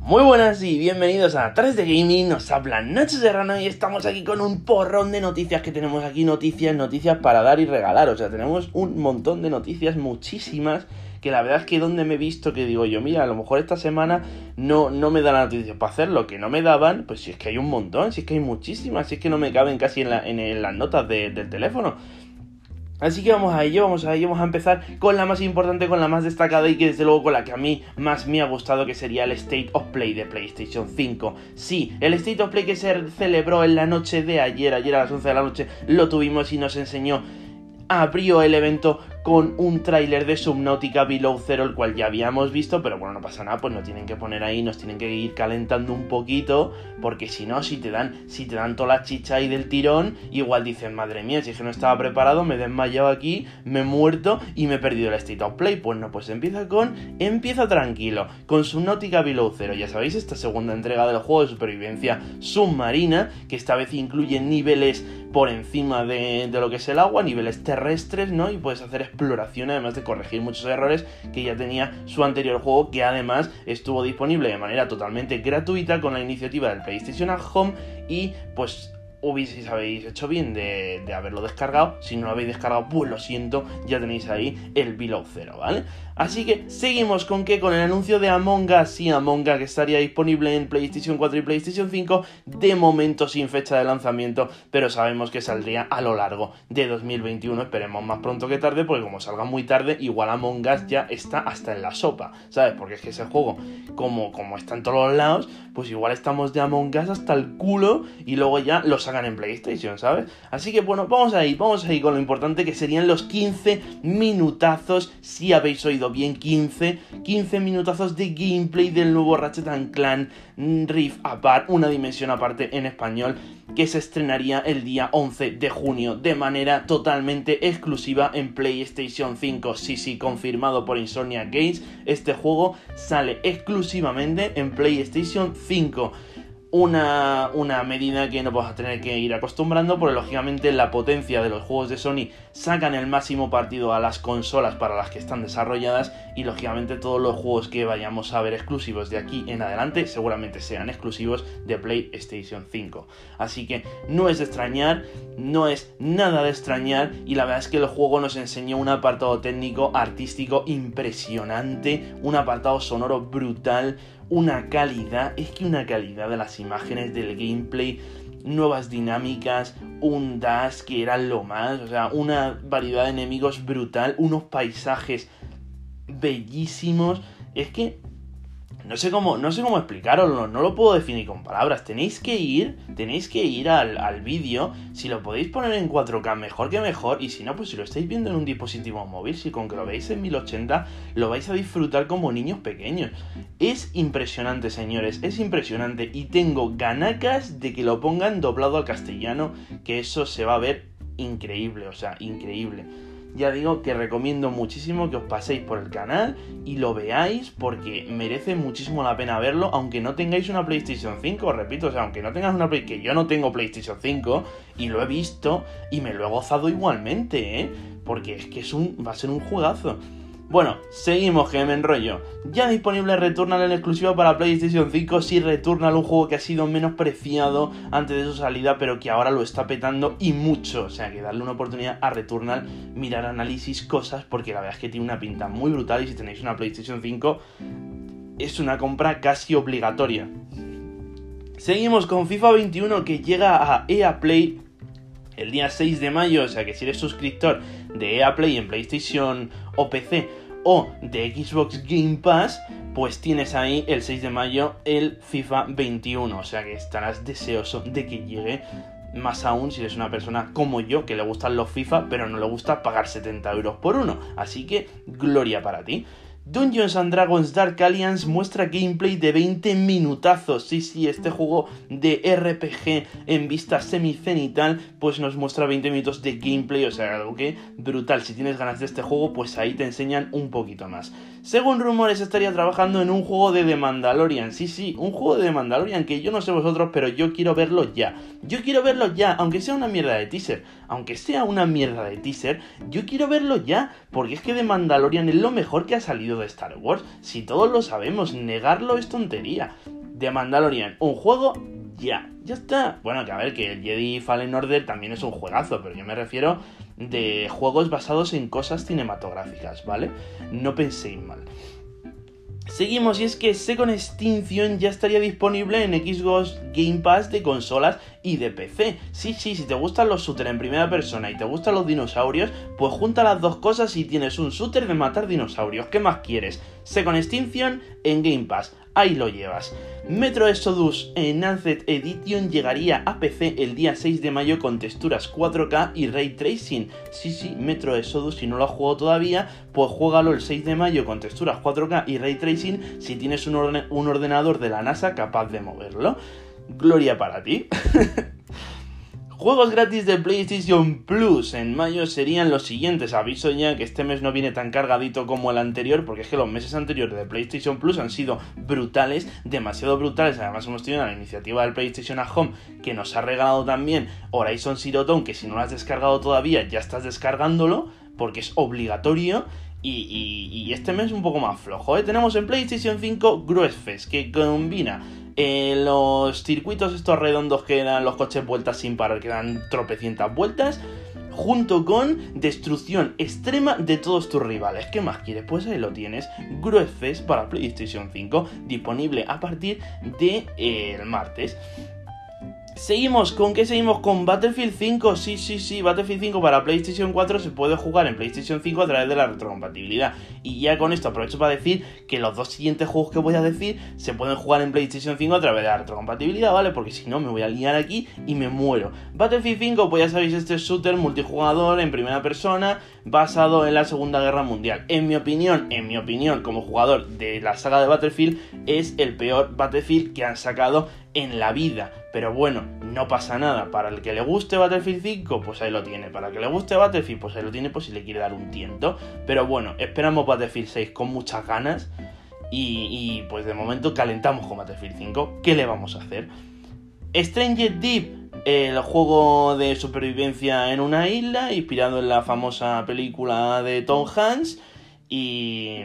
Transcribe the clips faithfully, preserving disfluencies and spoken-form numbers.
Muy buenas y bienvenidos a tres de Gaming, nos habla Nacho Serrano y estamos aquí con un porrón de noticias que tenemos aquí, noticias, noticias para dar y regalar, o sea, tenemos un montón de noticias, muchísimas, que la verdad es que donde me he visto que digo yo, mira, a lo mejor esta semana no, no me da la noticia para hacerlo, que no me daban, pues si es que hay un montón, si es que hay muchísimas, si es que no me caben casi en, la, en, en las notas de, del teléfono. Así que vamos a ello, vamos a ello, vamos a empezar con la más importante, con la más destacada y que desde luego con la que a mí más me ha gustado, que sería el State of Play de PlayStation cinco. Sí, el State of Play que se celebró en la noche de ayer, ayer a las once de la noche lo tuvimos y nos enseñó, abrió el evento con un tráiler de Subnautica Below Zero, el cual ya habíamos visto, pero bueno, no pasa nada, pues nos tienen que poner ahí, nos tienen que ir calentando un poquito, porque si no, si te dan, si te dan toda la chicha ahí del tirón, igual dicen, madre mía, si es que no estaba preparado, me he desmayado aquí, me he muerto y me he perdido el State of Play. Pues no, pues empieza con, empieza tranquilo, con Subnautica Below Zero, ya sabéis, esta segunda entrega del juego de supervivencia submarina, que esta vez incluye niveles por encima de, de lo que es el agua, niveles terrestres, ¿no? Y puedes hacer exploración, además de corregir muchos errores que ya tenía su anterior juego, que además estuvo disponible de manera totalmente gratuita con la iniciativa del PlayStation at Home y pues hubieseis habéis hecho bien de, de haberlo descargado. Si no lo habéis descargado, pues lo siento, ya tenéis ahí el Below Zero, ¿vale? Así que seguimos con que con el anuncio de Among Us, sí, Among Us, que estaría disponible en PlayStation cuatro y PlayStation cinco, de momento sin fecha de lanzamiento, pero sabemos que saldría a lo largo de dos mil veintiuno, esperemos más pronto que tarde, porque como salga muy tarde, igual Among Us ya está hasta en la sopa, ¿sabes? Porque es que ese juego, como, como está en todos los lados, pues igual estamos de Among Us hasta el culo y luego ya lo sacan en PlayStation, ¿sabes? Así que bueno, vamos a ir, vamos a ir con lo importante, que serían los quince minutazos, si habéis oído bien, quince, quince minutazos de gameplay del nuevo Ratchet and Clank Rift Apart, una dimensión aparte en español, que se estrenaría el día once de junio de manera totalmente exclusiva en PlayStation cinco. Sí, sí, confirmado por Insomniac Games, este juego sale exclusivamente en PlayStation cinco. Una, una medida que no vamos a tener que ir acostumbrando, porque lógicamente la potencia de los juegos de Sony sacan el máximo partido a las consolas para las que están desarrolladas, y lógicamente todos los juegos que vayamos a ver exclusivos de aquí en adelante seguramente sean exclusivos de PlayStation cinco. Así que no es de extrañar, no es nada de extrañar, y la verdad es que el juego nos enseñó un apartado técnico, artístico impresionante, un apartado sonoro brutal, una calidad, es que una calidad de las imágenes, del gameplay, nuevas dinámicas, un dash que era lo más, o sea, una variedad de enemigos brutal, unos paisajes bellísimos. Es que no sé cómo, no sé cómo explicaroslo, no lo puedo definir con palabras. Tenéis que ir, tenéis que ir al, al vídeo. Si lo podéis poner en cuatro K, mejor que mejor. Y si no, pues si lo estáis viendo en un dispositivo móvil, si con que lo veáis en mil ochenta, lo vais a disfrutar como niños pequeños. Es impresionante, señores, es impresionante. Y tengo ganacas de que lo pongan doblado al castellano, que eso se va a ver increíble, o sea, increíble. Ya digo que recomiendo muchísimo que os paséis por el canal y lo veáis, porque merece muchísimo la pena verlo, aunque no tengáis una PlayStation cinco, repito, o sea, aunque no tengas una Play, que yo no tengo PlayStation cinco y lo he visto y me lo he gozado igualmente, ¿eh? Porque es que es un, va a ser un juegazo. Bueno, seguimos, que me enrollo. Ya disponible Returnal en exclusiva para PlayStation cinco. Sí, Returnal, un juego que ha sido menospreciado antes de su salida, pero que ahora lo está petando y mucho. O sea, que darle una oportunidad a Returnal, mirar análisis, cosas, porque la verdad es que tiene una pinta muy brutal, y si tenéis una PlayStation cinco es una compra casi obligatoria. Seguimos con FIFA veintiuno, que llega a E A Play el día seis de mayo, o sea que si eres suscriptor de E A Play en PlayStation o P C o de Xbox Game Pass, pues tienes ahí el seis de mayo el FIFA veintiuno, o sea que estarás deseoso de que llegue, más aún si eres una persona como yo, que le gustan los FIFA, pero no le gusta pagar setenta euros por uno, así que gloria para ti. Dungeons and Dragons Dark Alliance muestra gameplay de veinte minutazos. Sí, sí, este juego de R P G en vista semicenital, pues nos muestra veinte minutos de gameplay, o sea, algo que brutal. Si tienes ganas de este juego, pues ahí te enseñan un poquito más. Según rumores, estaría trabajando en un juego de The Mandalorian. Sí, sí, un juego de The Mandalorian, que yo no sé vosotros, pero yo quiero verlo ya. Yo quiero verlo ya, aunque sea una mierda de teaser. Aunque sea una mierda de teaser, yo quiero verlo ya, porque es que The Mandalorian es lo mejor que ha salido de Star Wars. Si todos lo sabemos, negarlo es tontería. The Mandalorian, un juego ya, ya está. Bueno, que a ver, que el Jedi Fallen Order también es un juegazo, pero yo me refiero de juegos basados en cosas cinematográficas, ¿vale? No penséis mal. Seguimos, y es que Second Extinction ya estaría disponible en Xbox Game Pass de consolas y de P C. Sí, sí, si te gustan los shooters en primera persona y te gustan los dinosaurios, pues junta las dos cosas y tienes un shooter de matar dinosaurios. ¿Qué más quieres? Second Extinction en Game Pass. Ahí lo llevas. Metro Exodus Enhanced Edition llegaría a P C el día seis de mayo con texturas cuatro K y Ray Tracing. Sí, sí, Metro Exodus, si no lo has jugado todavía, pues juégalo el seis de mayo con texturas cuatro K y Ray Tracing si tienes un, orden- un ordenador de la NASA capaz de moverlo. Gloria para ti. Juegos gratis de PlayStation Plus en mayo serían los siguientes. Aviso ya que este mes no viene tan cargadito como el anterior, porque es que los meses anteriores de PlayStation Plus han sido brutales, demasiado brutales. Además hemos tenido la iniciativa del PlayStation at Home, que nos ha regalado también Horizon Zero Dawn, que si no lo has descargado todavía ya estás descargándolo, porque es obligatorio. Y, y, y este mes un poco más flojo, ¿eh? Tenemos en PlayStation cinco Growfest, que combina eh, los circuitos estos redondos que dan los coches vueltas sin parar, que dan tropecientas vueltas, junto con destrucción extrema de todos tus rivales. ¿Qué más quieres? Pues ahí lo tienes. Growfest para PlayStation cinco, disponible a partir del eh, martes. Seguimos, ¿con qué seguimos? Con Battlefield cinco, sí, sí, sí, Battlefield cinco para PlayStation cuatro se puede jugar en PlayStation cinco a través de la retrocompatibilidad. Y ya con esto aprovecho para decir que los dos siguientes juegos que voy a decir se pueden jugar en PlayStation cinco a través de la retrocompatibilidad, ¿vale? Porque si no me voy a liar aquí y me muero. Battlefield cinco, pues ya sabéis, este shooter multijugador en primera persona basado en la Segunda Guerra Mundial. En mi opinión, en mi opinión, como jugador de la saga de Battlefield, es el peor Battlefield que han sacado en la vida. Pero bueno, no pasa nada. Para el que le guste Battlefield cinco, pues ahí lo tiene. Para el que le guste Battlefield, pues ahí lo tiene, pues si le quiere dar un tiento. Pero bueno, esperamos Battlefield seis con muchas ganas. Y, y pues de momento calentamos con Battlefield cinco. ¿Qué le vamos a hacer? Stranger Deep, el juego de supervivencia en una isla, inspirado en la famosa película de Tom Hanks. Y...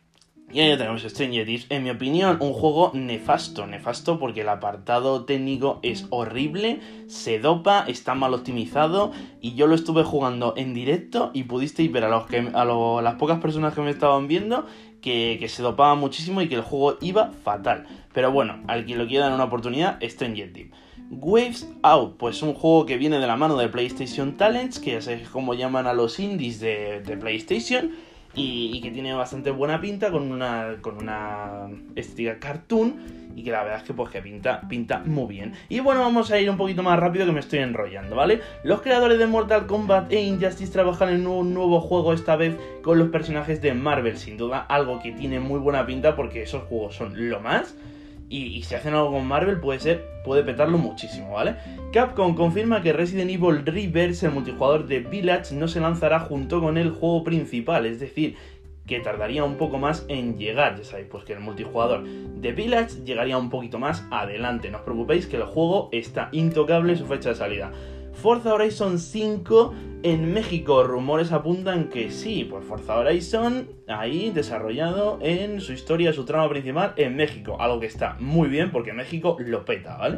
Y ahí tenemos Stranger Deep, en mi opinión, un juego nefasto, nefasto porque el apartado técnico es horrible, se dopa, está mal optimizado y yo lo estuve jugando en directo y pudisteis ver a, los que, a lo, las pocas personas que me estaban viendo que, que se dopaba muchísimo y que el juego iba fatal. Pero bueno, al que lo quiera dar una oportunidad, Stranger Deep. Waves Out, pues un juego que viene de la mano de PlayStation Talents, que ya sabéis cómo llaman a los indies de, de PlayStation. Y, y que tiene bastante buena pinta, con una, con una estética cartoon, y que la verdad es que pues que pinta, pinta muy bien. Y bueno, vamos a ir un poquito más rápido que me estoy enrollando, ¿vale? Los creadores de Mortal Kombat e Injustice trabajan en un nuevo juego, esta vez con los personajes de Marvel. Sin duda algo que tiene muy buena pinta, porque esos juegos son lo más. Y, y si hacen algo con Marvel puede ser, puede petarlo muchísimo, ¿vale? Capcom confirma que Resident Evil Rebirth, el multijugador de Village, no se lanzará junto con el juego principal, es decir, que tardaría un poco más en llegar. Ya sabéis, pues que el multijugador de Village llegaría un poquito más adelante. No os preocupéis que el juego está intocable su fecha de salida. Forza Horizon cinco en México, rumores apuntan que sí, pues Forza Horizon ahí desarrollado en su historia, su trama principal en México, algo que está muy bien porque México lo peta, ¿vale?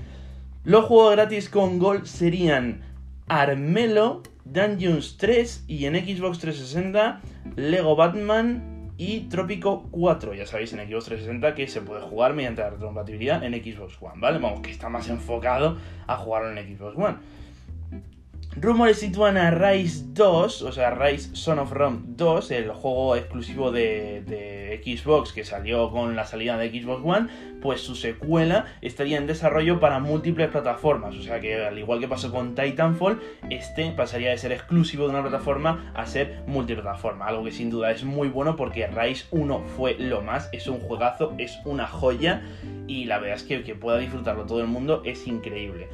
Los juegos gratis con Gold serían Armelo, Dungeons tres y en Xbox trescientos sesenta Lego Batman y Trópico cuatro, ya sabéis, en Xbox trescientos sesenta que se puede jugar mediante la retrocompatibilidad en Xbox One, ¿vale? Vamos, que está más enfocado a jugarlo en Xbox One. Rumores sitúan a Rise dos, o sea, Rise Son of Rome dos, el juego exclusivo de, de Xbox que salió con la salida de Xbox One, pues su secuela estaría en desarrollo para múltiples plataformas, o sea que al igual que pasó con Titanfall, este pasaría de ser exclusivo de una plataforma a ser multiplataforma, algo que sin duda es muy bueno porque Rise uno fue lo más, es un juegazo, es una joya y la verdad es que que pueda disfrutarlo todo el mundo es increíble.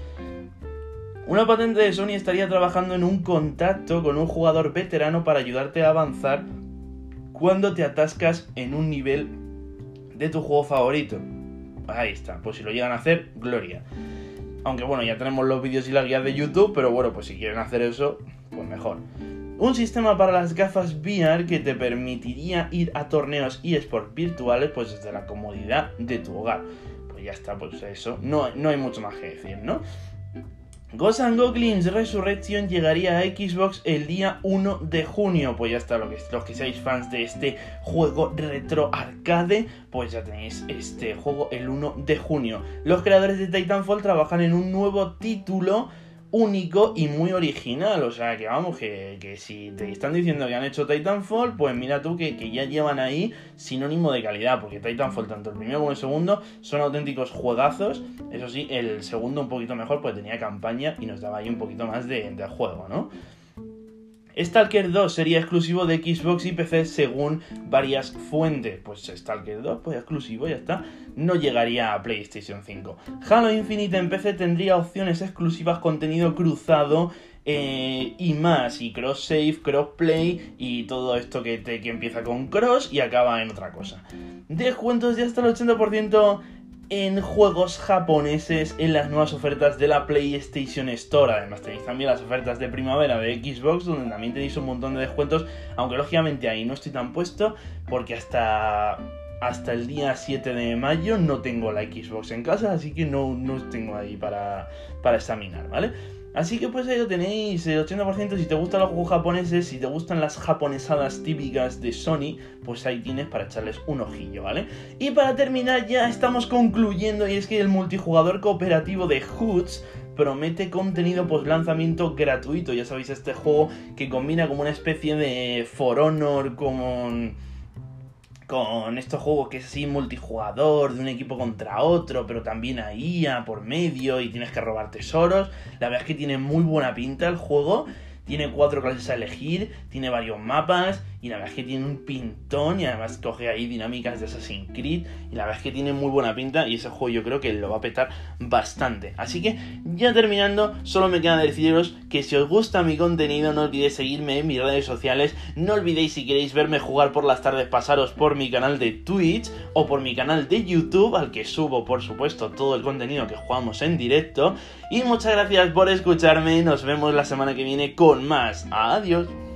Una patente de Sony estaría trabajando en un contacto con un jugador veterano para ayudarte a avanzar cuando te atascas en un nivel de tu juego favorito. Ahí está, pues si lo llegan a hacer, gloria. Aunque bueno, ya tenemos los vídeos y las guías de YouTube, pero bueno, pues si quieren hacer eso, pues mejor. Un sistema para las gafas V R que te permitiría ir a torneos eSports virtuales pues desde la comodidad de tu hogar. pues ya está, pues eso, no, no hay mucho más que decir, ¿no? Ghosts and Goblins Resurrection llegaría a Xbox el día uno de junio. Pues ya está, lo que, los que seáis fans de este juego retro arcade, pues ya tenéis este juego el uno de junio. Los creadores de Titanfall trabajan en un nuevo título único y muy original, o sea que vamos, que, que si te están diciendo que han hecho Titanfall, pues mira tú que, que ya llevan ahí sinónimo de calidad, porque Titanfall, tanto el primero como el segundo, son auténticos juegazos. Eso sí, el segundo un poquito mejor, pues tenía campaña y nos daba ahí un poquito más de, de juego, ¿no? Stalker dos sería exclusivo de Xbox y P C según varias fuentes. Pues Stalker dos, pues exclusivo, ya está. No llegaría a PlayStation cinco. Halo Infinite en P C tendría opciones exclusivas, contenido cruzado eh, y más. Y cross-save, cross-play y todo esto que, te, que empieza con cross y acaba en otra cosa. Descuentos de hasta el ochenta por ciento en juegos japoneses en las nuevas ofertas de la PlayStation Store. Además tenéis también las ofertas de primavera de Xbox, donde también tenéis un montón de descuentos, aunque lógicamente ahí no estoy tan puesto porque hasta, hasta el día siete de mayo no tengo la Xbox en casa, así que no, no os tengo ahí para, para examinar, ¿vale? Así que pues ahí lo tenéis, el ochenta por ciento. Si te gustan los juegos japoneses, si te gustan las japonesadas típicas de Sony, pues ahí tienes para echarles un ojillo, ¿vale? Y para terminar ya estamos concluyendo, y es que el multijugador cooperativo de Hoods promete contenido post lanzamiento gratuito. Ya sabéis, este juego que combina como una especie de For Honor con... con estos juegos que es así multijugador, de un equipo contra otro, pero también hay I A por medio y tienes que robar tesoros. La verdad es que tiene muy buena pinta el juego. Tiene cuatro clases a elegir, tiene varios mapas y la verdad es que tiene un pintón y además coge ahí dinámicas de Assassin's Creed y la verdad es que tiene muy buena pinta y ese juego yo creo que lo va a petar bastante. Así que ya terminando, solo me queda deciros que si os gusta mi contenido no olvidéis seguirme en mis redes sociales, no olvidéis si queréis verme jugar por las tardes pasaros por mi canal de Twitch o por mi canal de YouTube, al que subo por supuesto todo el contenido que jugamos en directo. Y muchas gracias por escucharme, nos vemos la semana que viene con más. Adiós.